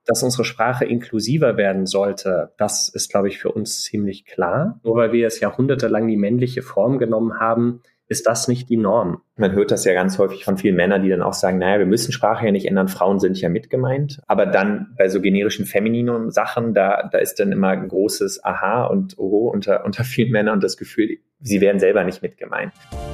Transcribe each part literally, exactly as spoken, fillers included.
Dass unsere Sprache inklusiver werden sollte, das ist, glaube ich, für uns ziemlich klar. Nur weil wir jetzt jahrhundertelang die männliche Form genommen haben, ist das nicht die Norm. Man hört das ja ganz häufig von vielen Männern, die dann auch sagen, naja, wir müssen Sprache ja nicht ändern, Frauen sind ja mit gemeint. Aber dann bei so generischen femininen Sachen, da, da ist dann immer ein großes Aha und Oho unter, unter vielen Männern und das Gefühl, sie werden selber nicht mit gemeint.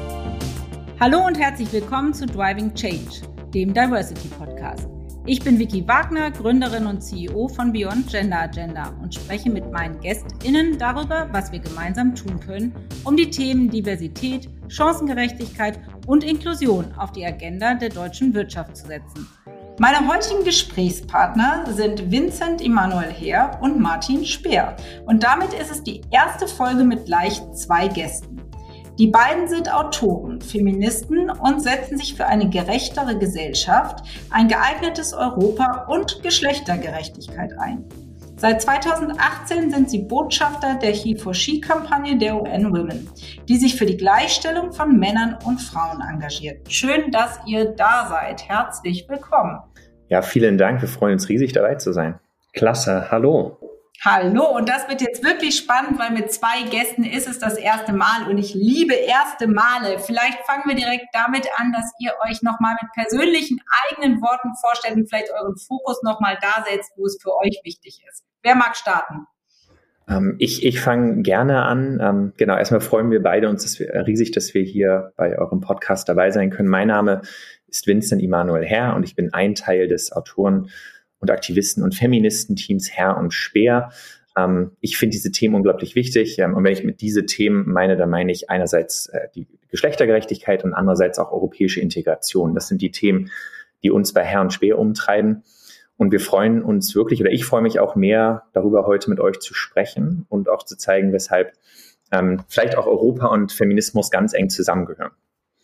Hallo und herzlich willkommen zu Driving Change, dem Diversity Podcast. Ich bin Vicky Wagner, Gründerin und C E O von Beyond Gender Agenda und spreche mit meinen GästInnen darüber, was wir gemeinsam tun können, um die Themen Diversität, Chancengerechtigkeit und Inklusion auf die Agenda der deutschen Wirtschaft zu setzen. Meine heutigen Gesprächspartner sind Vincent Emanuel Heer und Martin Speer. Und damit ist es die erste Folge mit gleich zwei Gästen. Die beiden sind Autoren, Feministen und setzen sich für eine gerechtere Gesellschaft, ein geeignetes Europa und Geschlechtergerechtigkeit ein. Seit zweitausendachtzehn sind sie Botschafter der He for She-Kampagne der U N Women, die sich für die Gleichstellung von Männern und Frauen engagiert. Schön, dass ihr da seid. Herzlich willkommen. Ja, vielen Dank. Wir freuen uns riesig, dabei zu sein. Klasse. Hallo. Hallo, und das wird jetzt wirklich spannend, weil mit zwei Gästen ist es das erste Mal und ich liebe erste Male. Vielleicht fangen wir direkt damit an, dass ihr euch nochmal mit persönlichen eigenen Worten vorstellt und vielleicht euren Fokus nochmal da setzt, wo es für euch wichtig ist. Wer mag starten? Ähm, ich ich fange gerne an. Ähm, genau, erstmal freuen wir beide uns dass wir, riesig, dass wir hier bei eurem Podcast dabei sein können. Mein Name ist Vincent Emanuel Heer und ich bin ein Teil des Autoren- und Aktivisten- und Feministenteams Heer und Speer. Ähm, ich finde diese Themen unglaublich wichtig. Ähm, und wenn ich mit diese Themen meine, dann meine ich einerseits äh, die Geschlechtergerechtigkeit und andererseits auch europäische Integration. Das sind die Themen, die uns bei Heer und Speer umtreiben. Und wir freuen uns wirklich, oder ich freue mich auch mehr, darüber heute mit euch zu sprechen und auch zu zeigen, weshalb ähm, vielleicht auch Europa und Feminismus ganz eng zusammengehören.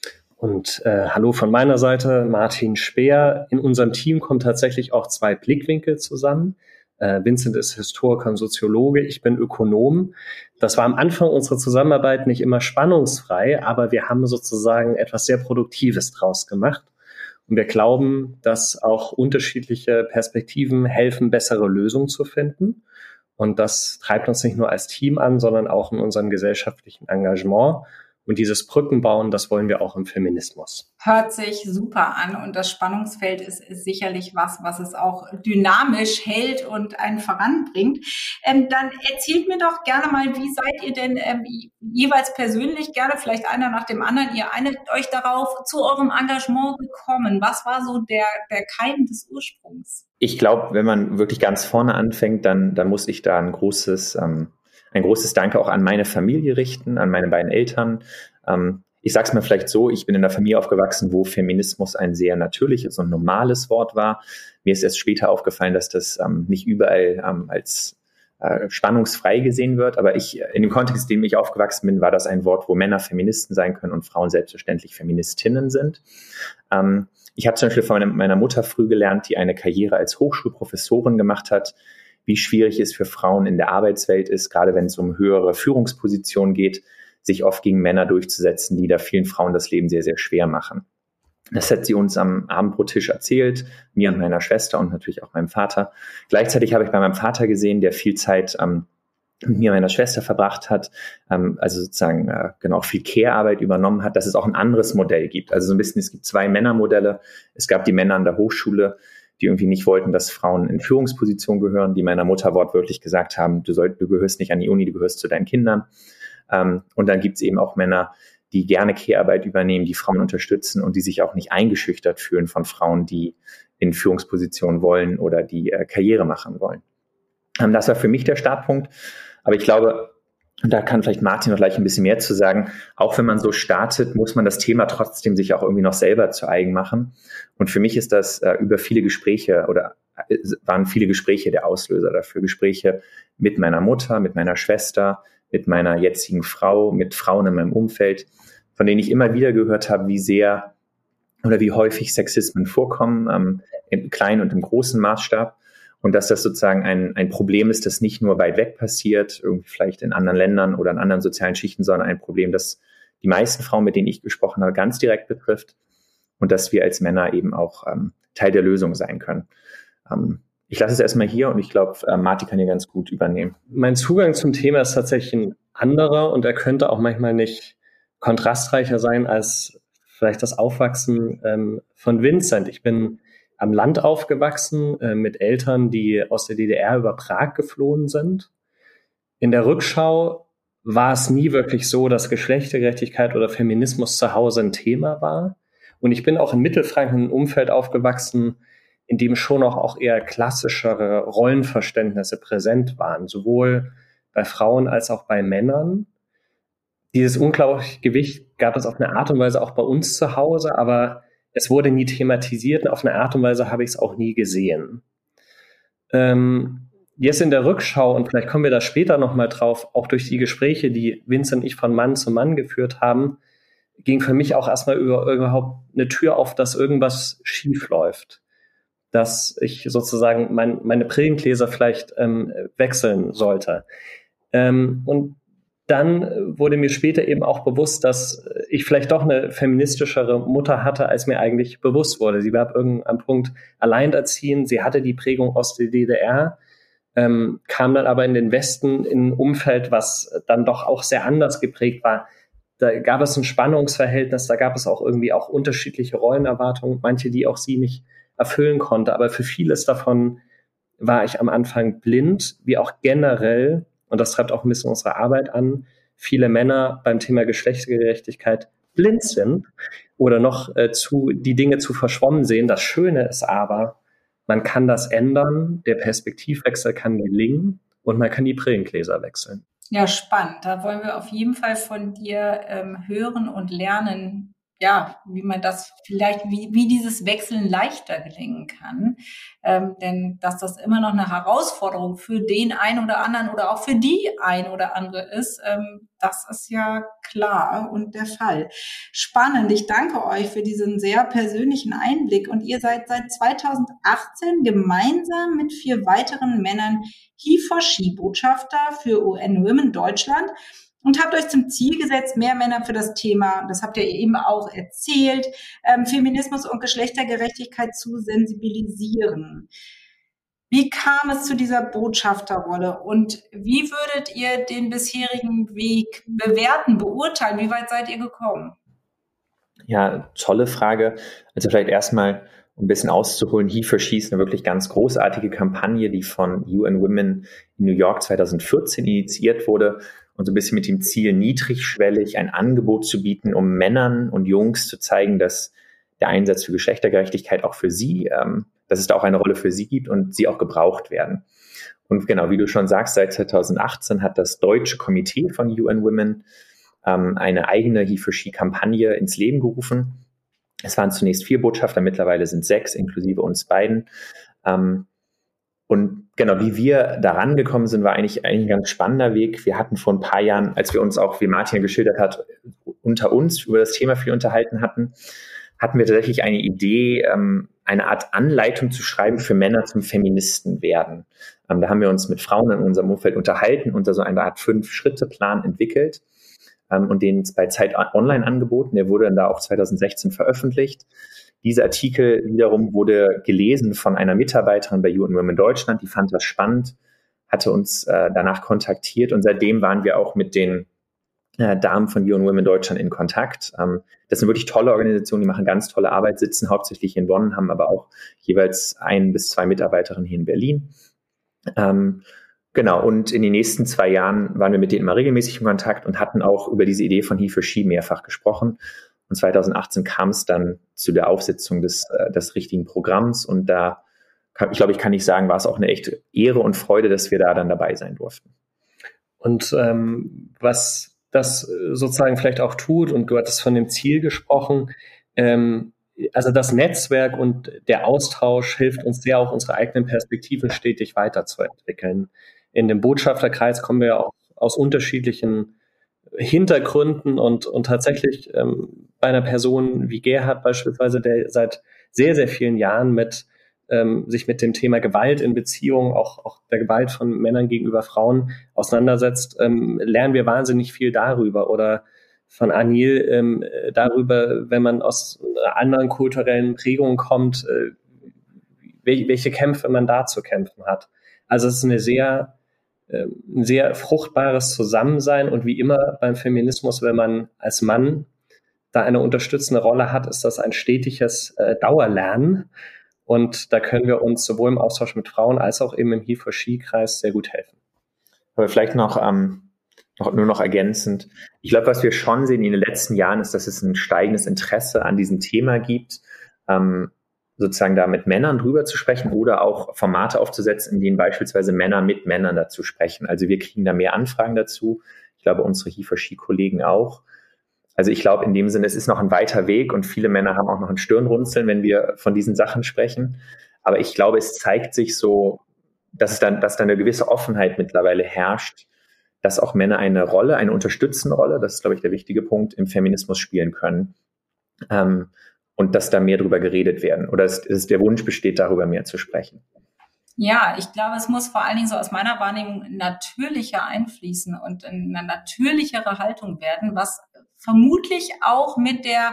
Und äh, hallo von meiner Seite, Martin Speer. In unserem Team kommen tatsächlich auch zwei Blickwinkel zusammen. Äh, Vincent ist Historiker und Soziologe, ich bin Ökonom. Das war am Anfang unserer Zusammenarbeit nicht immer spannungsfrei, aber wir haben sozusagen etwas sehr Produktives draus gemacht. Und wir glauben, dass auch unterschiedliche Perspektiven helfen, bessere Lösungen zu finden. Und das treibt uns nicht nur als Team an, sondern auch in unserem gesellschaftlichen Engagement. Und dieses Brückenbauen, das wollen wir auch im Feminismus. Hört sich super an und das Spannungsfeld ist, ist sicherlich was, was es auch dynamisch hält und einen voranbringt. Ähm, dann erzählt mir doch gerne mal, wie seid ihr denn ähm, jeweils persönlich, gerne vielleicht einer nach dem anderen, ihr einigt euch darauf, zu eurem Engagement gekommen? Was war so der, der Keim des Ursprungs? Ich glaube, wenn man wirklich ganz vorne anfängt, dann, dann muss ich da ein großes... Ähm Ein großes Danke auch an meine Familie richten, an meine beiden Eltern. Ähm, ich sage es mal vielleicht so, ich bin in einer Familie aufgewachsen, wo Feminismus ein sehr natürliches und normales Wort war. Mir ist erst später aufgefallen, dass das ähm, nicht überall ähm, als äh, spannungsfrei gesehen wird. Aber ich, in dem Kontext, in dem ich aufgewachsen bin, war das ein Wort, wo Männer Feministen sein können und Frauen selbstverständlich Feministinnen sind. Ähm, ich habe zum Beispiel von meiner Mutter früh gelernt, die eine Karriere als Hochschulprofessorin gemacht hat, wie schwierig es für Frauen in der Arbeitswelt ist, gerade wenn es um höhere Führungspositionen geht, sich oft gegen Männer durchzusetzen, die da vielen Frauen das Leben sehr, sehr schwer machen. Das hat sie uns am Abendbrottisch erzählt, mir und meiner Schwester und natürlich auch meinem Vater. Gleichzeitig habe ich bei meinem Vater gesehen, der viel Zeit ähm, mit mir und meiner Schwester verbracht hat, ähm, also sozusagen äh, genau viel Care-Arbeit übernommen hat, dass es auch ein anderes Modell gibt. Also so ein bisschen, es gibt zwei Männermodelle. Es gab die Männer an der Hochschule, die irgendwie nicht wollten, dass Frauen in Führungspositionen gehören, die meiner Mutter wortwörtlich gesagt haben, du, soll, du gehörst nicht an die Uni, du gehörst zu deinen Kindern. Ähm, und dann gibt es eben auch Männer, die gerne Care-Arbeit übernehmen, die Frauen unterstützen und die sich auch nicht eingeschüchtert fühlen von Frauen, die in Führungspositionen wollen oder die äh, Karriere machen wollen. Ähm, das war für mich der Startpunkt. Aber ich glaube, und da kann vielleicht Martin noch gleich ein bisschen mehr zu sagen, auch wenn man so startet, muss man das Thema trotzdem sich auch irgendwie noch selber zu eigen machen. Und für mich ist das äh, über viele Gespräche oder äh, waren viele Gespräche der Auslöser dafür. Gespräche mit meiner Mutter, mit meiner Schwester, mit meiner jetzigen Frau, mit Frauen in meinem Umfeld, von denen ich immer wieder gehört habe, wie sehr oder wie häufig Sexismen vorkommen, ähm, im kleinen und im großen Maßstab. Und dass das sozusagen ein, ein Problem ist, das nicht nur weit weg passiert, irgendwie vielleicht in anderen Ländern oder in anderen sozialen Schichten, sondern ein Problem, das die meisten Frauen, mit denen ich gesprochen habe, ganz direkt betrifft und dass wir als Männer eben auch ähm, Teil der Lösung sein können. Ähm, ich lasse es erstmal hier und ich glaube, äh, Martin kann hier ganz gut übernehmen. Mein Zugang zum Thema ist tatsächlich ein anderer und er könnte auch manchmal nicht kontrastreicher sein als vielleicht das Aufwachsen ähm, von Vincent. Ich bin am Land aufgewachsen äh, mit Eltern, die aus der D D R über Prag geflohen sind. In der Rückschau war es nie wirklich so, dass Geschlechtergerechtigkeit oder Feminismus zu Hause ein Thema war. Und ich bin auch in Mittelfranken in einem Umfeld aufgewachsen, in dem schon auch, auch eher klassischere Rollenverständnisse präsent waren, sowohl bei Frauen als auch bei Männern. Dieses unglaubliche Gewicht gab es auf eine Art und Weise auch bei uns zu Hause, aber es wurde nie thematisiert und auf eine Art und Weise habe ich es auch nie gesehen. Ähm, jetzt in der Rückschau, und vielleicht kommen wir da später nochmal drauf, auch durch die Gespräche, die Vincent und ich von Mann zu Mann geführt haben, ging für mich auch erstmal über überhaupt eine Tür auf, dass irgendwas schief läuft. Dass ich sozusagen mein, meine Brillengläser vielleicht ähm, wechseln sollte. Ähm, und dann wurde mir später eben auch bewusst, dass ich vielleicht doch eine feministischere Mutter hatte, als mir eigentlich bewusst wurde. Sie war ab irgendeinem Punkt alleinerziehend, sie hatte die Prägung aus der D D R, ähm, kam dann aber in den Westen in ein Umfeld, was dann doch auch sehr anders geprägt war. Da gab es ein Spannungsverhältnis, da gab es auch irgendwie auch unterschiedliche Rollenerwartungen, manche, die auch sie nicht erfüllen konnte. Aber für vieles davon war ich am Anfang blind, wie auch generell, und das treibt auch ein bisschen unsere Arbeit an, viele Männer beim Thema Geschlechtergerechtigkeit blind sind oder noch äh, zu die Dinge zu verschwommen sehen. Das Schöne ist aber, man kann das ändern, der Perspektivwechsel kann gelingen und man kann die Brillengläser wechseln. Ja, spannend. Da wollen wir auf jeden Fall von dir ähm, hören und lernen, ja, wie man das vielleicht, wie, wie dieses Wechseln leichter gelingen kann. Ähm, denn dass das immer noch eine Herausforderung für den einen oder anderen oder auch für die ein oder andere ist, ähm, das ist ja klar und der Fall. Spannend. Ich danke euch für diesen sehr persönlichen Einblick. Und ihr seid seit zweitausendachtzehn gemeinsam mit vier weiteren Männern He for She Botschafter für U N Women Deutschland und habt euch zum Ziel gesetzt, mehr Männer für das Thema, das habt ihr eben auch erzählt, ähm, Feminismus und Geschlechtergerechtigkeit zu sensibilisieren. Wie kam es zu dieser Botschafterrolle und wie würdet ihr den bisherigen Weg bewerten, beurteilen? Wie weit seid ihr gekommen? Ja, tolle Frage. Also vielleicht erstmal, um ein bisschen auszuholen, He for She ist eine wirklich ganz großartige Kampagne, die von U N Women in New York zweitausendvierzehn initiiert wurde und so ein bisschen mit dem Ziel, niedrigschwellig ein Angebot zu bieten, um Männern und Jungs zu zeigen, dass der Einsatz für Geschlechtergerechtigkeit auch für sie, ähm, dass es da auch eine Rolle für sie gibt und sie auch gebraucht werden. Und genau, wie du schon sagst, seit zweitausendachtzehn hat das deutsche Komitee von U N Women ähm, eine eigene He for She Kampagne ins Leben gerufen. Es waren zunächst vier Botschafter, mittlerweile sind sechs, inklusive uns beiden. Ähm, und genau, wie wir da rangekommen sind, war eigentlich, eigentlich ein ganz spannender Weg. Wir hatten vor ein paar Jahren, als wir uns auch, wie Martin geschildert hat, unter uns über das Thema viel unterhalten hatten, hatten wir tatsächlich eine Idee, ähm, eine Art Anleitung zu schreiben für Männer zum Feministen werden. Ähm, da haben wir uns mit Frauen in unserem Umfeld unterhalten und da so eine Art Fünf-Schritte-Plan entwickelt ähm, und den bei Zeit Online angeboten. Der wurde dann da auch zweitausendsechzehn veröffentlicht. Dieser Artikel wiederum wurde gelesen von einer Mitarbeiterin bei U N Women Deutschland, die fand das spannend, hatte uns äh, danach kontaktiert und seitdem waren wir auch mit den äh, Damen von U N Women Deutschland in Kontakt. Ähm, das sind wirklich tolle Organisationen, die machen ganz tolle Arbeit, sitzen hauptsächlich in Bonn, haben aber auch jeweils ein bis zwei Mitarbeiterinnen hier in Berlin. Ähm, genau, und in den nächsten zwei Jahren waren wir mit denen immer regelmäßig in Kontakt und hatten auch über diese Idee von He for She mehrfach gesprochen. Und zweitausendachtzehn kam es dann zu der Aufsetzung des, äh, des richtigen Programms. Und da, kann, ich glaube, ich kann nicht sagen, war es auch eine echte Ehre und Freude, dass wir da dann dabei sein durften. Und ähm, was das sozusagen vielleicht auch tut, und du hattest von dem Ziel gesprochen, ähm, also das Netzwerk und der Austausch hilft uns sehr, auch unsere eigenen Perspektiven stetig weiterzuentwickeln. In dem Botschafterkreis kommen wir auch aus unterschiedlichen Hintergründen und, und tatsächlich ähm, bei einer Person wie Gerhard beispielsweise, der seit sehr, sehr vielen Jahren mit ähm, sich mit dem Thema Gewalt in Beziehungen, auch, auch der Gewalt von Männern gegenüber Frauen auseinandersetzt, ähm, lernen wir wahnsinnig viel darüber. Oder von Anil ähm, darüber, wenn man aus einer anderen kulturellen Prägung kommt, äh, welche Kämpfe man da zu kämpfen hat. Also es ist eine sehr, ein sehr fruchtbares Zusammensein und wie immer beim Feminismus, wenn man als Mann da eine unterstützende Rolle hat, ist das ein stetiges äh, Dauerlernen und da können wir uns sowohl im Austausch mit Frauen als auch eben im He for She-Kreis sehr gut helfen. Aber vielleicht noch, ähm, noch nur noch ergänzend. Ich glaube, was wir schon sehen in den letzten Jahren ist, dass es ein steigendes Interesse an diesem Thema gibt, ähm, sozusagen da mit Männern drüber zu sprechen oder auch Formate aufzusetzen, in denen beispielsweise Männer mit Männern dazu sprechen. Also wir kriegen da mehr Anfragen dazu. Ich glaube, unsere He for She-Kollegen auch. Also ich glaube in dem Sinne, es ist noch ein weiter Weg und viele Männer haben auch noch ein Stirnrunzeln, wenn wir von diesen Sachen sprechen. Aber ich glaube, es zeigt sich so, dass es dann, dass da eine gewisse Offenheit mittlerweile herrscht, dass auch Männer eine Rolle, eine unterstützende Rolle, das ist, glaube ich, der wichtige Punkt, im Feminismus spielen können. Ähm, und dass da mehr drüber geredet werden oder dass, dass der Wunsch besteht, darüber mehr zu sprechen. Ja, ich glaube, es muss vor allen Dingen so aus meiner Wahrnehmung natürlicher einfließen und eine natürlichere Haltung werden, was vermutlich auch mit der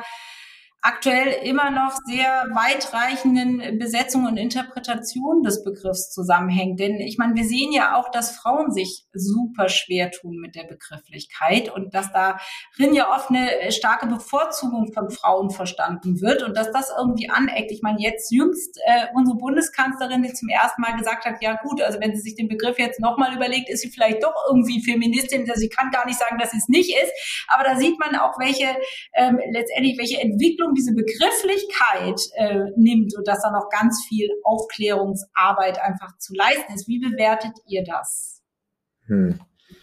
aktuell immer noch sehr weitreichenden Besetzung und Interpretation des Begriffs zusammenhängt. Denn ich meine, wir sehen ja auch, dass Frauen sich super schwer tun mit der Begrifflichkeit und dass darin ja oft eine starke Bevorzugung von Frauen verstanden wird und dass das irgendwie aneckt. Ich meine, jetzt jüngst äh, unsere Bundeskanzlerin, die zum ersten Mal gesagt hat, ja gut, also wenn sie sich den Begriff jetzt nochmal überlegt, ist sie vielleicht doch irgendwie Feministin. Also sie kann gar nicht sagen, dass sie es nicht ist. Aber da sieht man auch, welche ähm, letztendlich welche Entwicklung diese Begrifflichkeit äh, nimmt und dass da noch ganz viel Aufklärungsarbeit einfach zu leisten ist. Wie bewertet ihr das? Hm.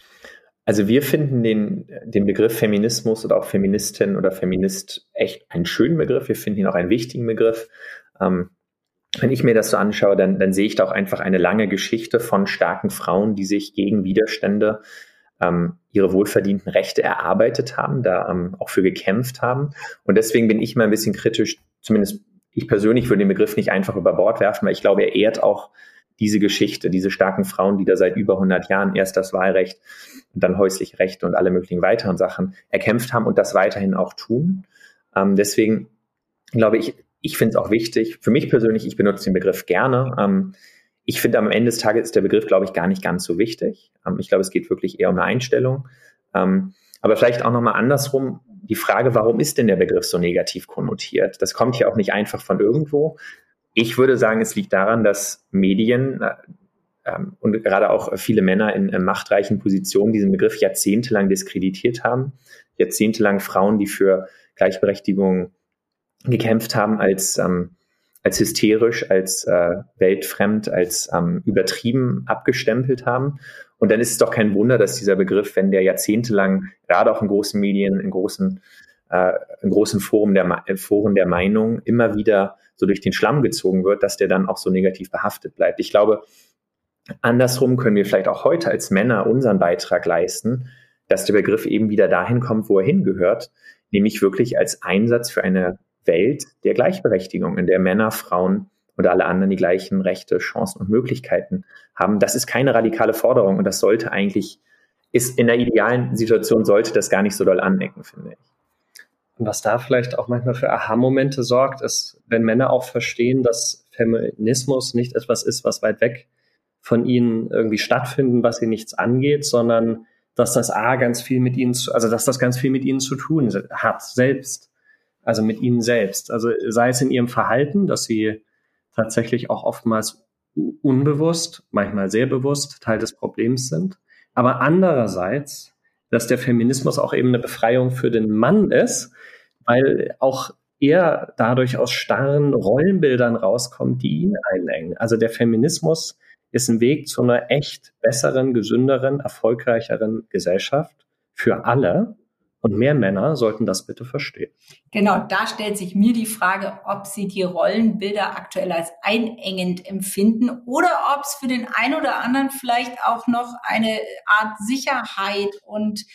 Also wir finden den, den Begriff Feminismus oder auch Feministin oder Feminist echt einen schönen Begriff. Wir finden ihn auch einen wichtigen Begriff. Ähm, wenn ich mir das so anschaue, dann, dann sehe ich da auch einfach eine lange Geschichte von starken Frauen, die sich gegen Widerstände ähm, ihre wohlverdienten Rechte erarbeitet haben, da ähm, auch für gekämpft haben. Und deswegen bin ich mal ein bisschen kritisch, zumindest ich persönlich würde den Begriff nicht einfach über Bord werfen, weil ich glaube, er ehrt auch diese Geschichte, diese starken Frauen, die da seit über hundert Jahren erst das Wahlrecht und dann häusliche Rechte und alle möglichen weiteren Sachen erkämpft haben und das weiterhin auch tun. Ähm, deswegen glaube ich, ich finde es auch wichtig, für mich persönlich, ich benutze den Begriff gerne. Ähm, ich finde, am Ende des Tages ist der Begriff, glaube ich, gar nicht ganz so wichtig. Ähm, ich glaube, es geht wirklich eher um eine Einstellung. Ähm, aber vielleicht auch nochmal andersrum, die Frage, warum ist denn der Begriff so negativ konnotiert? Das kommt ja auch nicht einfach von irgendwo. Ich würde sagen, es liegt daran, dass Medien äh, und gerade auch viele Männer in äh, machtreichen Positionen diesen Begriff jahrzehntelang diskreditiert haben. Jahrzehntelang Frauen, die für Gleichberechtigung gekämpft haben, als, ähm, als hysterisch, als äh, weltfremd, als ähm, übertrieben abgestempelt haben. Und dann ist es doch kein Wunder, dass dieser Begriff, wenn der jahrzehntelang, gerade auch in großen Medien, in großen, äh, in großen Foren der, Foren der Meinung, immer wieder so durch den Schlamm gezogen wird, dass der dann auch so negativ behaftet bleibt. Ich glaube, andersrum können wir vielleicht auch heute als Männer unseren Beitrag leisten, dass der Begriff eben wieder dahin kommt, wo er hingehört, nämlich wirklich als Einsatz für eine Welt der Gleichberechtigung, in der Männer, Frauen und alle anderen die gleichen Rechte, Chancen und Möglichkeiten haben. Das ist keine radikale Forderung und das sollte eigentlich, ist in der idealen Situation sollte das gar nicht so doll anecken, finde ich. Und was da vielleicht auch manchmal für Aha-Momente sorgt, ist, wenn Männer auch verstehen, dass Feminismus nicht etwas ist, was weit weg von ihnen irgendwie stattfinden, was sie nichts angeht, sondern dass das A ganz viel mit ihnen, zu, also dass das ganz viel mit ihnen zu tun hat, selbst. Also mit ihnen selbst. Also sei es in ihrem Verhalten, dass sie tatsächlich auch oftmals unbewusst, manchmal sehr bewusst Teil des Problems sind. Aber andererseits, dass der Feminismus auch eben eine Befreiung für den Mann ist, weil auch er dadurch aus starren Rollenbildern rauskommt, die ihn einengen. Also der Feminismus ist ein Weg zu einer echt besseren, gesünderen, erfolgreicheren Gesellschaft für alle. Und mehr Männer sollten das bitte verstehen. Genau, da stellt sich mir die Frage, ob Sie die Rollenbilder aktuell als einengend empfinden oder ob es für den einen oder anderen vielleicht auch noch eine Art Sicherheit und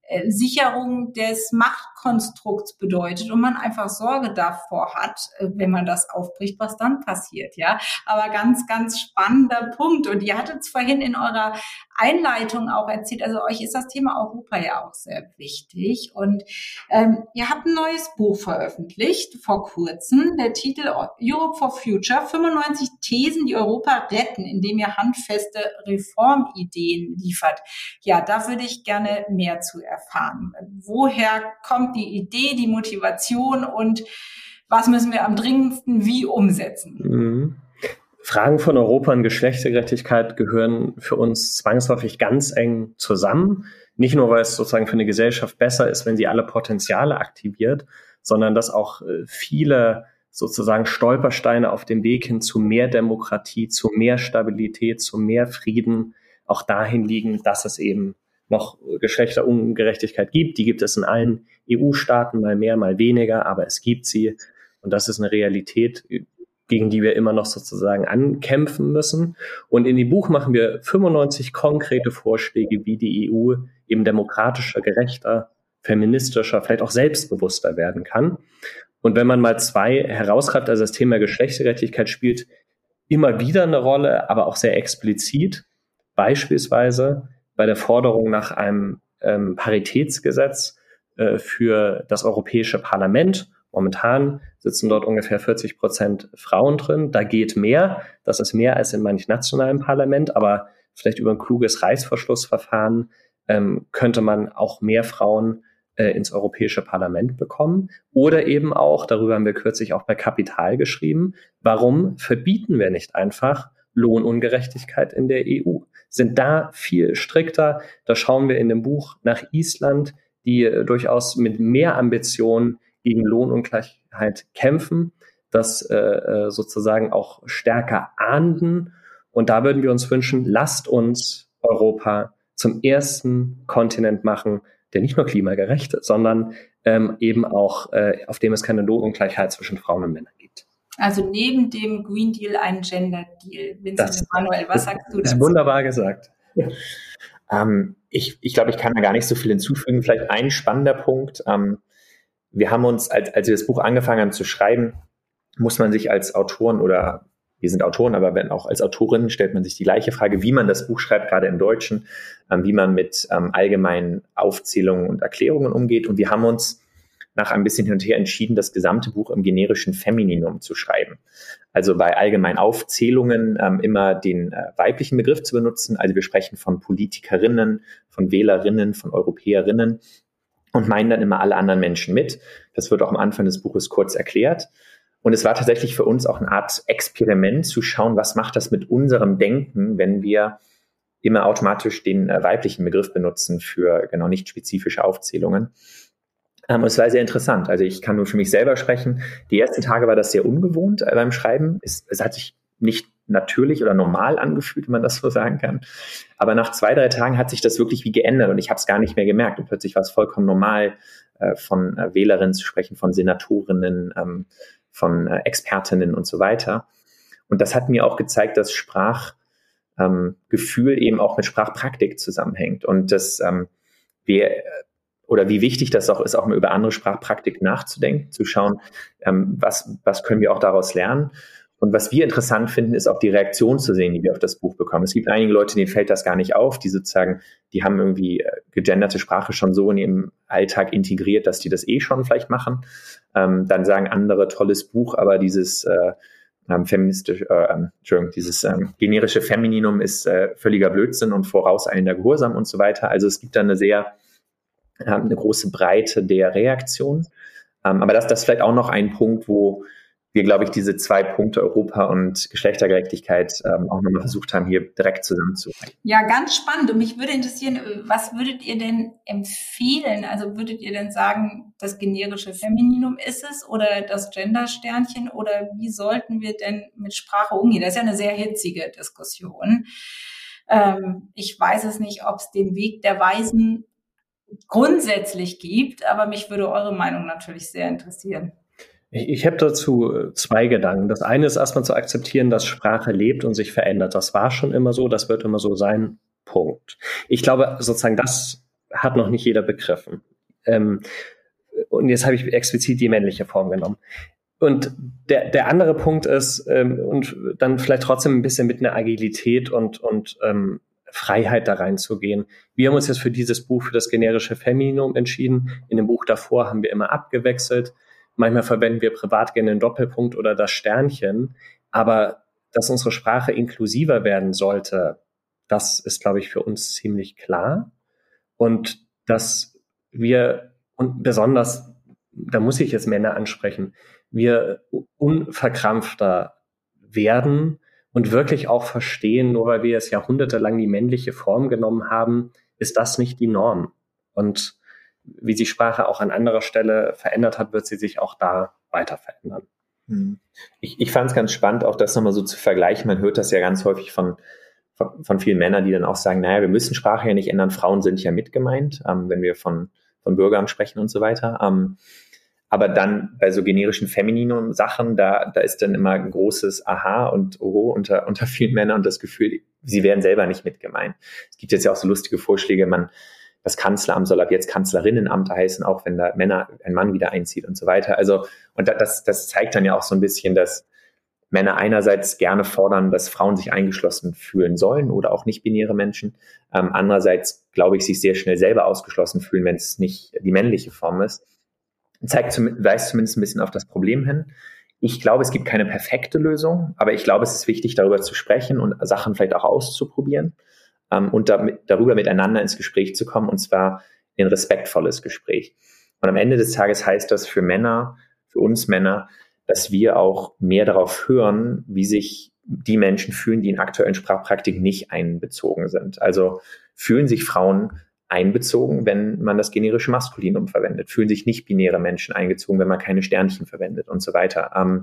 äh, Sicherung des Machtkonstrukts bedeutet und man einfach Sorge davor hat, äh, wenn man das aufbricht, was dann passiert, ja. Aber ganz, ganz spannender Punkt. Und ihr hattet es vorhin in eurer Einleitung auch erzählt, also euch ist das Thema Europa ja auch sehr wichtig. Und ähm, ihr habt ein neues Buch veröffentlicht vor kurzem, der Titel Europe for Future, fünfundneunzig Thesen, die Europa retten, indem ihr handfeste Reformideen liefert. Ja, da würde ich gerne mehr zu erfahren. Woher kommt die Idee, die Motivation und was müssen wir am dringendsten wie umsetzen? Mhm. Fragen von Europa und Geschlechtergerechtigkeit gehören für uns zwangsläufig ganz eng zusammen. Nicht nur, weil es sozusagen für eine Gesellschaft besser ist, wenn sie alle Potenziale aktiviert, sondern dass auch viele sozusagen Stolpersteine auf dem Weg hin zu mehr Demokratie, zu mehr Stabilität, zu mehr Frieden auch dahin liegen, dass es eben noch Geschlechterungerechtigkeit gibt. Die gibt es in allen E U-Staaten, mal mehr, mal weniger, aber es gibt sie. Und das ist eine Realität, gegen die wir immer noch sozusagen ankämpfen müssen. Und in dem Buch machen wir fünfundneunzig konkrete Vorschläge, wie die E U eben demokratischer, gerechter, feministischer, vielleicht auch selbstbewusster werden kann. Und wenn man mal zwei herausgreift, also das Thema Geschlechtergerechtigkeit spielt immer wieder eine Rolle, aber auch sehr explizit, beispielsweise bei der Forderung nach einem ähm, Paritätsgesetz äh, für das Europäische Parlament. Momentan sitzen dort ungefähr vierzig Prozent Frauen drin. Da geht mehr. Das ist mehr als in manch nationalen Parlament. Aber vielleicht über ein kluges Reißverschlussverfahren ähm, könnte man auch mehr Frauen äh, ins Europäische Parlament bekommen. Oder eben auch, darüber haben wir kürzlich auch bei Kapital geschrieben, warum verbieten wir nicht einfach Lohnungerechtigkeit in der E U? Sind da viel strikter. Da schauen wir in dem Buch nach Island, die äh, durchaus mit mehr Ambitionen gegen Lohnungleichheit kämpfen, das äh, sozusagen auch stärker ahnden. Und da würden wir uns wünschen, lasst uns Europa zum ersten Kontinent machen, der nicht nur klimagerecht ist, sondern ähm, eben auch, äh, auf dem es keine Lohnungleichheit zwischen Frauen und Männern gibt. Also neben dem Green Deal ein Gender Deal. Vincent Emanuel, was sagst du dazu? Das ist wunderbar gesagt. ähm, ich ich glaube, ich kann da gar nicht so viel hinzufügen. Vielleicht ein spannender Punkt. Ähm, Wir haben uns, als, als wir das Buch angefangen haben zu schreiben, muss man sich als Autoren oder wir sind Autoren, aber wenn auch als Autorin stellt man sich die gleiche Frage, wie man das Buch schreibt, gerade im Deutschen, ähm, wie man mit ähm, allgemeinen Aufzählungen und Erklärungen umgeht. Und wir haben uns nach ein bisschen hin und her entschieden, das gesamte Buch im generischen Femininum zu schreiben. Also bei allgemeinen Aufzählungen ähm, immer den äh, weiblichen Begriff zu benutzen. Also wir sprechen von Politikerinnen, von Wählerinnen, von Europäerinnen. Und meinen dann immer alle anderen Menschen mit. Das wird auch am Anfang des Buches kurz erklärt. Und es war tatsächlich für uns auch eine Art Experiment zu schauen, was macht das mit unserem Denken, wenn wir immer automatisch den äh, weiblichen Begriff benutzen für genau nicht spezifische Aufzählungen. Ähm, und es war sehr interessant. Also ich kann nur für mich selber sprechen. Die ersten Tage war das sehr ungewohnt äh, beim Schreiben. Es, es hat sich nicht natürlich oder normal angefühlt, wenn man das so sagen kann. Aber nach zwei, drei Tagen hat sich das wirklich wie geändert und ich habe es gar nicht mehr gemerkt. Und plötzlich war es vollkommen normal, äh, von äh, Wählerinnen zu sprechen, von Senatorinnen, ähm, von äh, Expertinnen und so weiter. Und das hat mir auch gezeigt, dass Sprachgefühl ähm, eben auch mit Sprachpraktik zusammenhängt. Und dass ähm, wir oder wie wichtig das auch ist, auch mal über andere Sprachpraktik nachzudenken, zu schauen, ähm, was, was können wir auch daraus lernen. Und was wir interessant finden, ist auch die Reaktion zu sehen, die wir auf das Buch bekommen. Es gibt einige Leute, denen fällt das gar nicht auf, die sozusagen, die haben irgendwie gegenderte Sprache schon so in ihrem Alltag integriert, dass die das eh schon vielleicht machen. Ähm, dann sagen andere, tolles Buch, aber dieses äh, ähm, feministische, äh, Entschuldigung, dieses ähm, generische Femininum ist äh, völliger Blödsinn und vorauseilender Gehorsam und so weiter. Also es gibt da eine sehr, äh, eine große Breite der Reaktion. Ähm, aber das, das ist vielleicht auch noch ein Punkt, wo wir, glaube ich, diese zwei Punkte Europa und Geschlechtergerechtigkeit ähm, auch nochmal versucht haben, hier direkt zusammenzubringen. Ja, ganz spannend. Und mich würde interessieren, was würdet ihr denn empfehlen? Also würdet ihr denn sagen, das generische Femininum ist es oder das Gender-Sternchen? Oder wie sollten wir denn mit Sprache umgehen? Das ist ja eine sehr hitzige Diskussion. Ähm, ich weiß es nicht, ob es den Weg der Weisen grundsätzlich gibt, aber mich würde eure Meinung natürlich sehr interessieren. Ich, ich habe dazu zwei Gedanken. Das eine ist erstmal zu akzeptieren, dass Sprache lebt und sich verändert. Das war schon immer so, das wird immer so sein. Punkt. Ich glaube, sozusagen das hat noch nicht jeder begriffen. Ähm, und jetzt habe ich explizit die männliche Form genommen. Und der, der andere Punkt ist, ähm, und dann vielleicht trotzdem ein bisschen mit einer Agilität und, und ähm, Freiheit da reinzugehen. Wir haben uns jetzt für dieses Buch, für das generische Femininum entschieden. In dem Buch davor haben wir immer abgewechselt. Manchmal verwenden wir privat gerne den Doppelpunkt oder das Sternchen. Aber dass unsere Sprache inklusiver werden sollte, das ist, glaube ich, für uns ziemlich klar. Und dass wir, und besonders, da muss ich jetzt Männer ansprechen, wir unverkrampfter werden und wirklich auch verstehen, nur weil wir jetzt jahrhundertelang die männliche Form genommen haben, ist das nicht die Norm. Und wie sich Sprache auch an anderer Stelle verändert hat, wird sie sich auch da weiter verändern. Ich, ich fand es ganz spannend, auch das nochmal so zu vergleichen. Man hört das ja ganz häufig von, von, von vielen Männern, die dann auch sagen, naja, wir müssen Sprache ja nicht ändern, Frauen sind ja mit gemeint, ähm, wenn wir von, von Bürgern sprechen und so weiter. Ähm, Aber dann bei so generischen Femininum-Sachen, da, da ist dann immer ein großes Aha und Oho unter, unter vielen Männern und das Gefühl, sie werden selber nicht mit gemeint. Es gibt jetzt ja auch so lustige Vorschläge, man, das Kanzleramt soll ab jetzt Kanzlerinnenamt heißen, auch wenn da Männer, ein Mann wieder einzieht und so weiter. Also, und das, das zeigt dann ja auch so ein bisschen, dass Männer einerseits gerne fordern, dass Frauen sich eingeschlossen fühlen sollen oder auch nicht-binäre Menschen. Ähm, andererseits, glaube ich, sich sehr schnell selber ausgeschlossen fühlen, wenn es nicht die männliche Form ist. Zeigt, weist zumindest ein bisschen auf das Problem hin. Ich glaube, es gibt keine perfekte Lösung, aber ich glaube, es ist wichtig, darüber zu sprechen und Sachen vielleicht auch auszuprobieren ähm, und damit, darüber miteinander ins Gespräch zu kommen, und zwar in ein respektvolles Gespräch. Und am Ende des Tages heißt das für Männer, für uns Männer, dass wir auch mehr darauf hören, wie sich die Menschen fühlen, die in aktuellen Sprachpraktiken nicht einbezogen sind. Also fühlen sich Frauen einbezogen, wenn man das generische Maskulinum verwendet, fühlen sich nicht-binäre Menschen eingezogen, wenn man keine Sternchen verwendet und so weiter. Ähm,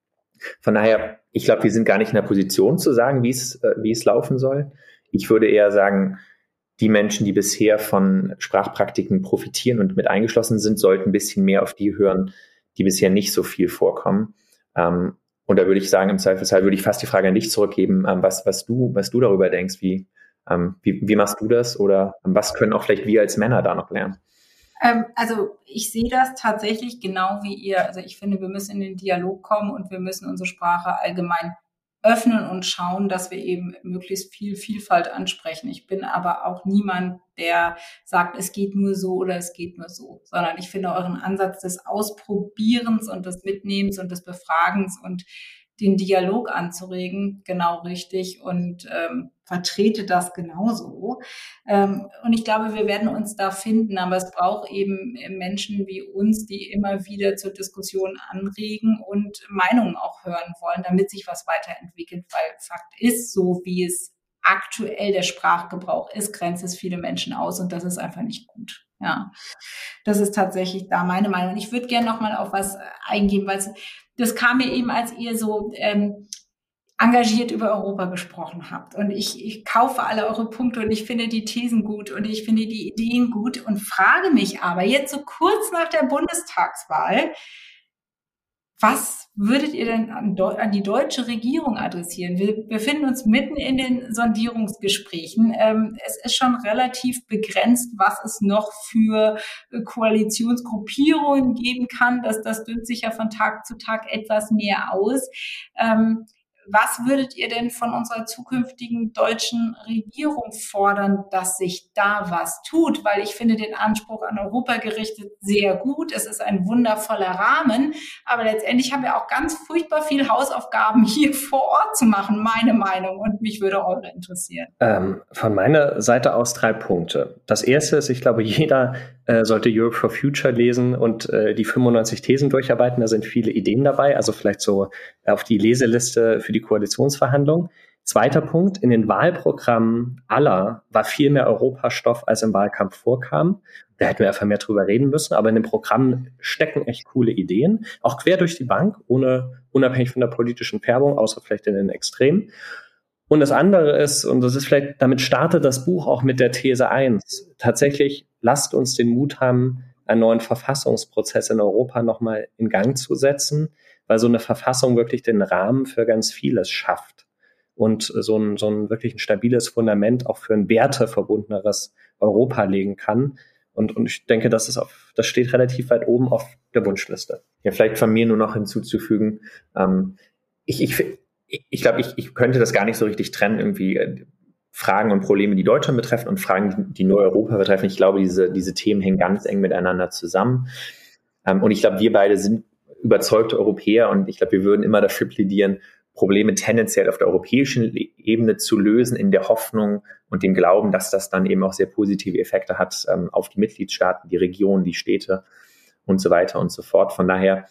von daher, ich glaube, wir sind gar nicht in der Position zu sagen, wie es, äh, wie es laufen soll. Ich würde eher sagen, die Menschen, die bisher von Sprachpraktiken profitieren und mit eingeschlossen sind, sollten ein bisschen mehr auf die hören, die bisher nicht so viel vorkommen. Ähm, und da würde ich sagen, im Zweifelsfall würde ich fast die Frage an dich zurückgeben, ähm, was, was du, was du darüber denkst, wie Ähm, wie, wie machst du das oder was können auch vielleicht wir als Männer da noch lernen? Ähm, also ich sehe das tatsächlich genau wie ihr. Also ich finde, wir müssen in den Dialog kommen und wir müssen unsere Sprache allgemein öffnen und schauen, dass wir eben möglichst viel Vielfalt ansprechen. Ich bin aber auch niemand, der sagt, es geht nur so oder es geht nur so, sondern ich finde euren Ansatz des Ausprobierens und des Mitnehmens und des Befragens und den Dialog anzuregen, genau richtig, und ähm, vertrete das genauso. Ähm, und ich glaube, wir werden uns da finden, aber es braucht eben Menschen wie uns, die immer wieder zur Diskussion anregen und Meinungen auch hören wollen, damit sich was weiterentwickelt, weil Fakt ist, so wie es aktuell der Sprachgebrauch ist, grenzt es viele Menschen aus und das ist einfach nicht gut. Ja, das ist tatsächlich da meine Meinung. Ich würde gerne noch mal auf was eingehen, weil es das kam mir eben, als ihr so ähm, engagiert über Europa gesprochen habt. Und ich, ich kaufe alle eure Punkte und ich finde die Thesen gut und ich finde die Ideen gut und frage mich aber jetzt so kurz nach der Bundestagswahl, was würdet ihr denn an, an die deutsche Regierung adressieren? Wir befinden uns mitten in den Sondierungsgesprächen. Ähm, es ist schon relativ begrenzt, was es noch für Koalitionsgruppierungen geben kann. Das, das dünnt sich ja von Tag zu Tag etwas mehr aus. Ähm, was würdet ihr denn von unserer zukünftigen deutschen Regierung fordern, dass sich da was tut? Weil ich finde den Anspruch an Europa gerichtet sehr gut. Es ist ein wundervoller Rahmen. Aber letztendlich haben wir auch ganz furchtbar viel Hausaufgaben hier vor Ort zu machen, meine Meinung. Und mich würde eure interessieren. Ähm, von meiner Seite aus drei Punkte. Das erste ist, ich glaube, jeder äh, sollte Europe for Future lesen und äh, die fünfundneunzig Thesen durcharbeiten. Da sind viele Ideen dabei. Also vielleicht so auf die Leseliste für die Koalitionsverhandlungen. Zweiter Punkt, in den Wahlprogrammen aller war viel mehr Europastoff, als im Wahlkampf vorkam. Da hätten wir einfach mehr drüber reden müssen, aber in den Programmen stecken echt coole Ideen, auch quer durch die Bank, ohne unabhängig von der politischen Färbung, außer vielleicht in den Extremen. Und das andere ist, und das ist vielleicht, damit startet das Buch auch mit der These eins, tatsächlich lasst uns den Mut haben, einen neuen Verfassungsprozess in Europa nochmal in Gang zu setzen, weil so eine Verfassung wirklich den Rahmen für ganz vieles schafft. und so ein, so ein wirklich ein stabiles Fundament auch für ein werteverbundeneres Europa legen kann. Und, und ich denke, das ist auf, das steht relativ weit oben auf der Wunschliste. Ja, vielleicht von mir nur noch hinzuzufügen, ähm, ich, ich, ich glaube, ich, ich könnte das gar nicht so richtig trennen, irgendwie äh, Fragen und Probleme, die Deutschland betreffen und Fragen, die nur Europa betreffen. Ich glaube, diese, diese Themen hängen ganz eng miteinander zusammen. Ähm, und ich glaube, wir beide sind überzeugte Europäer und ich glaube, wir würden immer dafür plädieren, Probleme tendenziell auf der europäischen Ebene zu lösen, in der Hoffnung und dem Glauben, dass das dann eben auch sehr positive Effekte hat ähm, auf die Mitgliedstaaten, die Regionen, die Städte und so weiter und so fort. Von daher,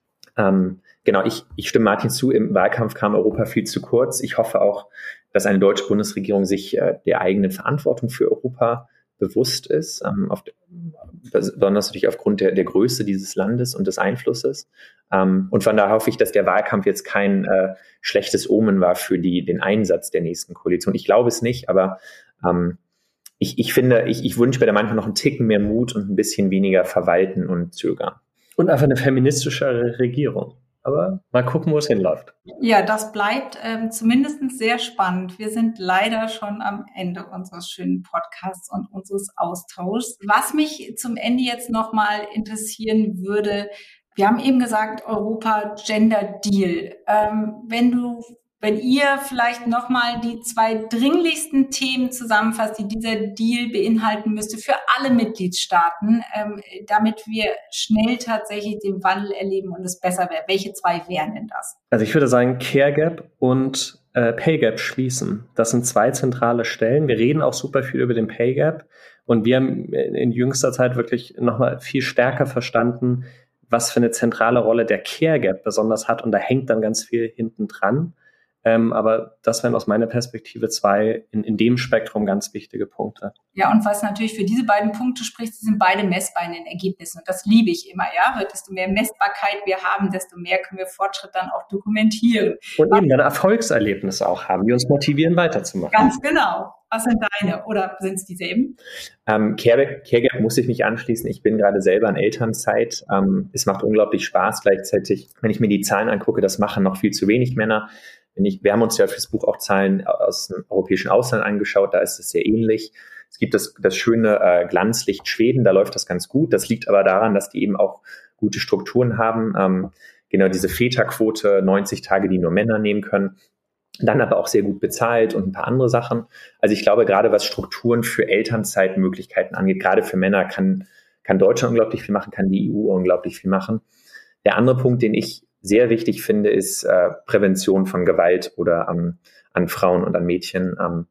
ähm, genau, ich, ich stimme Martin zu, im Wahlkampf kam Europa viel zu kurz. Ich hoffe auch, dass eine deutsche Bundesregierung sich äh, der eigenen Verantwortung für Europa bewusst ist, ähm, auf, besonders natürlich aufgrund der, der Größe dieses Landes und des Einflusses. Ähm, und von daher hoffe ich, dass der Wahlkampf jetzt kein äh, schlechtes Omen war für die, den Einsatz der nächsten Koalition. Ich glaube es nicht, aber ähm, ich, ich finde, ich, ich wünsche mir da manchmal noch einen Ticken mehr Mut und ein bisschen weniger Verwalten und Zögern. Und einfach eine feministischere Regierung. Aber mal gucken, wo es hinläuft. Ja, das bleibt ähm, zumindest sehr spannend. Wir sind leider schon am Ende unseres schönen Podcasts und unseres Austauschs. Was mich zum Ende jetzt nochmal interessieren würde, wir haben eben gesagt, Europa Gender Deal. Ähm, wenn du, wenn ihr vielleicht nochmal die zwei dringlichsten Themen zusammenfasst, die dieser Deal beinhalten müsste für alle Mitgliedstaaten, ähm, damit wir schnell tatsächlich den Wandel erleben und es besser wäre. Welche zwei wären denn das? Also ich würde sagen, Care Gap und äh, Pay Gap schließen. Das sind zwei zentrale Stellen. Wir reden auch super viel über den Pay Gap und wir haben in jüngster Zeit wirklich nochmal viel stärker verstanden, was für eine zentrale Rolle der Care Gap besonders hat und da hängt dann ganz viel hinten dran. Ähm, aber das wären aus meiner Perspektive zwei in, in dem Spektrum ganz wichtige Punkte. Ja, und was natürlich für diese beiden Punkte spricht, sie sind beide messbar in den Ergebnissen. Und das liebe ich immer, ja. Desto mehr Messbarkeit wir haben, desto mehr können wir Fortschritt dann auch dokumentieren. Und eben dann Erfolgserlebnisse auch haben, die uns motivieren, weiterzumachen. Ganz genau. Was sind deine? Oder sind es dieselben? Ähm, Care Gap muss ich mich anschließen. Ich bin gerade selber in Elternzeit. Ähm, es macht unglaublich Spaß. Gleichzeitig, wenn ich mir die Zahlen angucke, das machen noch viel zu wenig Männer. Ich, wir haben uns ja fürs Buch auch Zahlen aus dem europäischen Ausland angeschaut, da ist es sehr ähnlich. Es gibt das, das schöne äh, Glanzlicht Schweden, da läuft das ganz gut. Das liegt aber daran, dass die eben auch gute Strukturen haben. Ähm, genau diese Väterquote, neunzig Tage, die nur Männer nehmen können. Dann aber auch sehr gut bezahlt und ein paar andere Sachen. Also ich glaube, gerade was Strukturen für Elternzeitmöglichkeiten angeht, gerade für Männer kann, kann Deutschland unglaublich viel machen, kann die E U unglaublich viel machen. Der andere Punkt, den ich sehr wichtig finde, ist äh, Prävention von Gewalt oder ähm, an Frauen und an Mädchen. Ähm,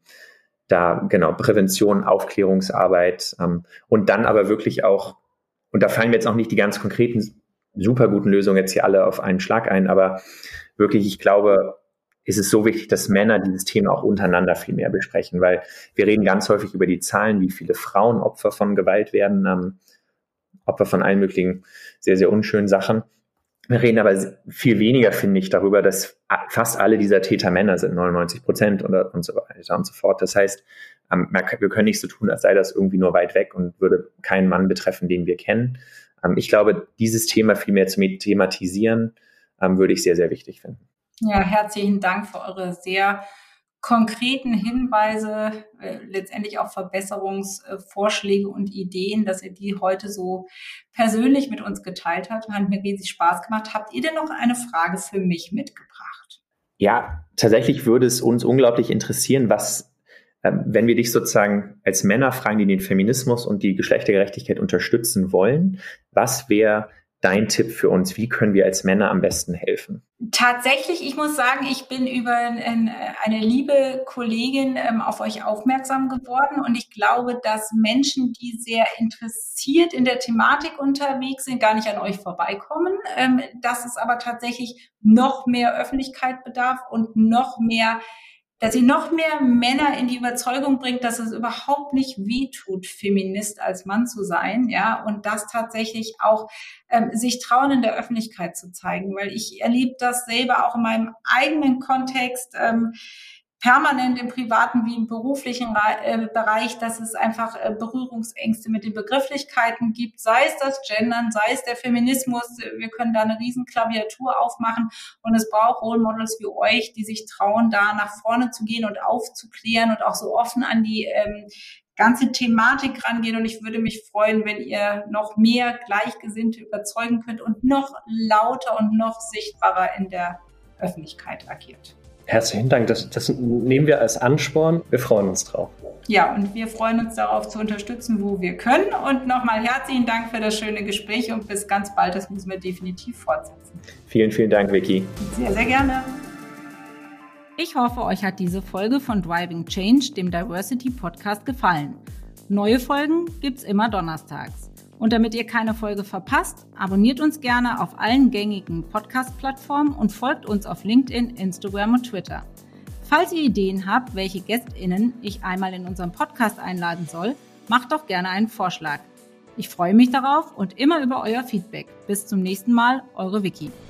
da genau Prävention, Aufklärungsarbeit ähm, und dann aber wirklich auch, und da fallen mir jetzt auch nicht die ganz konkreten, super guten Lösungen jetzt hier alle auf einen Schlag ein, aber wirklich, ich glaube, ist es so wichtig, dass Männer dieses Thema auch untereinander viel mehr besprechen, weil wir reden ganz häufig über die Zahlen, wie viele Frauen Opfer von Gewalt werden, ähm, Opfer von allen möglichen sehr, sehr unschönen Sachen. Wir reden aber viel weniger, finde ich, darüber, dass fast alle dieser Täter Männer sind, neunundneunzig Prozent oder und so weiter und so fort. Das heißt, wir können nicht so tun, als sei das irgendwie nur weit weg und würde keinen Mann betreffen, den wir kennen. Ich glaube, dieses Thema viel mehr zu thematisieren, würde ich sehr, sehr wichtig finden. Ja, herzlichen Dank für eure sehr konkreten Hinweise, äh, letztendlich auch Verbesserungsvorschläge und Ideen, dass ihr die heute so persönlich mit uns geteilt habt. Hat mir riesig Spaß gemacht. Habt ihr denn noch eine Frage für mich mitgebracht? Ja, tatsächlich würde es uns unglaublich interessieren, was, äh, wenn wir dich sozusagen als Männer fragen, die den Feminismus und die Geschlechtergerechtigkeit unterstützen wollen, was wäre dein Tipp für uns? Wie können wir als Männer am besten helfen? Tatsächlich, ich muss sagen, ich bin über eine liebe Kollegin ähm, auf euch aufmerksam geworden und ich glaube, dass Menschen, die sehr interessiert in der Thematik unterwegs sind, gar nicht an euch vorbeikommen. Ähm, dass es aber tatsächlich noch mehr Öffentlichkeit bedarf und noch mehr, dass ihr noch mehr Männer in die Überzeugung bringt, dass es überhaupt nicht wehtut, Feminist als Mann zu sein, ja, und das tatsächlich auch ähm, sich trauen, in der Öffentlichkeit zu zeigen, weil ich erlebe das selber auch in meinem eigenen Kontext. Ähm, permanent im privaten wie im beruflichen äh, Bereich, dass es einfach äh, Berührungsängste mit den Begrifflichkeiten gibt, sei es das Gendern, sei es der Feminismus. Wir können da eine riesen Klaviatur aufmachen und es braucht Role Models wie euch, die sich trauen, da nach vorne zu gehen und aufzuklären und auch so offen an die ähm, ganze Thematik rangehen. Und ich würde mich freuen, wenn ihr noch mehr Gleichgesinnte überzeugen könnt und noch lauter und noch sichtbarer in der Öffentlichkeit agiert. Herzlichen Dank. Das, das nehmen wir als Ansporn. Wir freuen uns drauf. Ja, und wir freuen uns darauf zu unterstützen, wo wir können. Und nochmal herzlichen Dank für das schöne Gespräch und bis ganz bald. Das müssen wir definitiv fortsetzen. Vielen, vielen Dank, Vicky. Sehr, sehr gerne. Ich hoffe, euch hat diese Folge von Driving Change, dem Diversity Podcast, gefallen. Neue Folgen gibt's immer donnerstags. Und damit ihr keine Folge verpasst, abonniert uns gerne auf allen gängigen Podcast-Plattformen und folgt uns auf LinkedIn, Instagram und Twitter. Falls ihr Ideen habt, welche GästInnen ich einmal in unserem Podcast einladen soll, macht doch gerne einen Vorschlag. Ich freue mich darauf und immer über euer Feedback. Bis zum nächsten Mal, eure Vicky.